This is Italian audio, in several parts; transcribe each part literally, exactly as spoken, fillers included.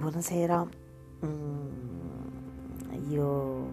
Buonasera. Mm, io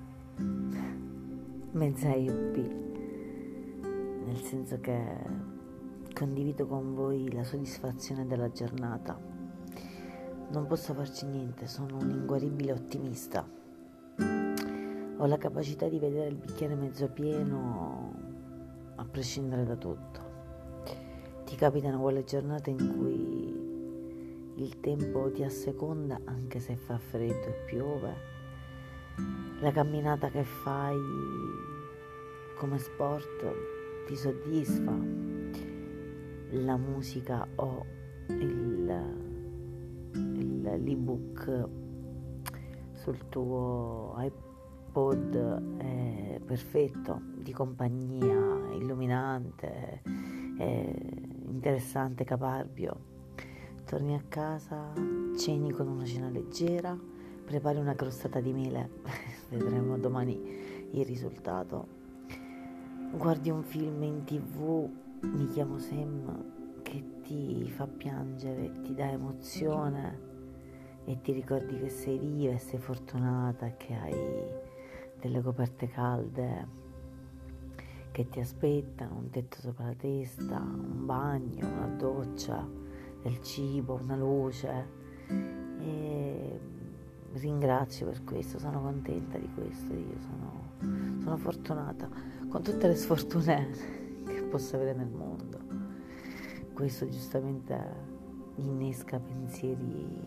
mezza hippie, nel senso che condivido con voi la soddisfazione della giornata. Non posso farci niente, sono un inguaribile ottimista. Ho la capacità di vedere il bicchiere mezzo pieno a prescindere da tutto. Ti capitano quelle giornate in cui il tempo ti asseconda anche se fa freddo e piove, la camminata che fai come sport ti soddisfa, la musica o il, il, l'ebook sul tuo iPod è perfetto, di compagnia, illuminante, interessante, caparbio. Torni a casa, ceni con una cena leggera, prepari una crostata di mele, vedremo domani il risultato. Guardi un film in tv, Mi chiamo Sam, che ti fa piangere, ti dà emozione e ti ricordi che sei viva e sei fortunata, che hai delle coperte calde che ti aspettano, un tetto sopra la testa, un bagno, una doccia, del cibo, una luce, e ringrazio per questo, sono contenta di questo, io sono, sono fortunata con tutte le sfortune che posso avere nel mondo. Questo giustamente innesca pensieri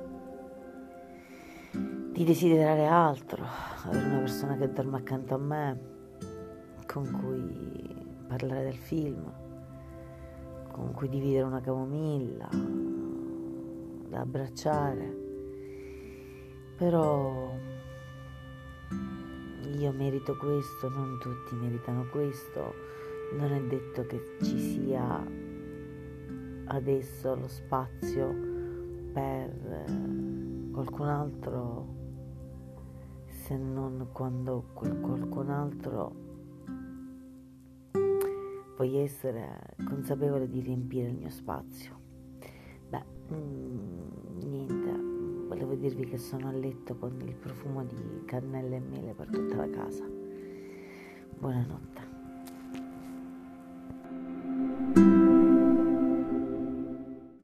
di desiderare altro, avere una persona che dorme accanto a me, con cui parlare del film, con cui dividere una camomilla, da abbracciare. Però io merito questo, non tutti meritano questo, non è detto che ci sia adesso lo spazio per qualcun altro, se non quando quel qualcun altro puoi essere consapevole di riempire il mio spazio. Beh, mm, niente, volevo dirvi che sono a letto con il profumo di cannella e mele per tutta la casa. Buonanotte.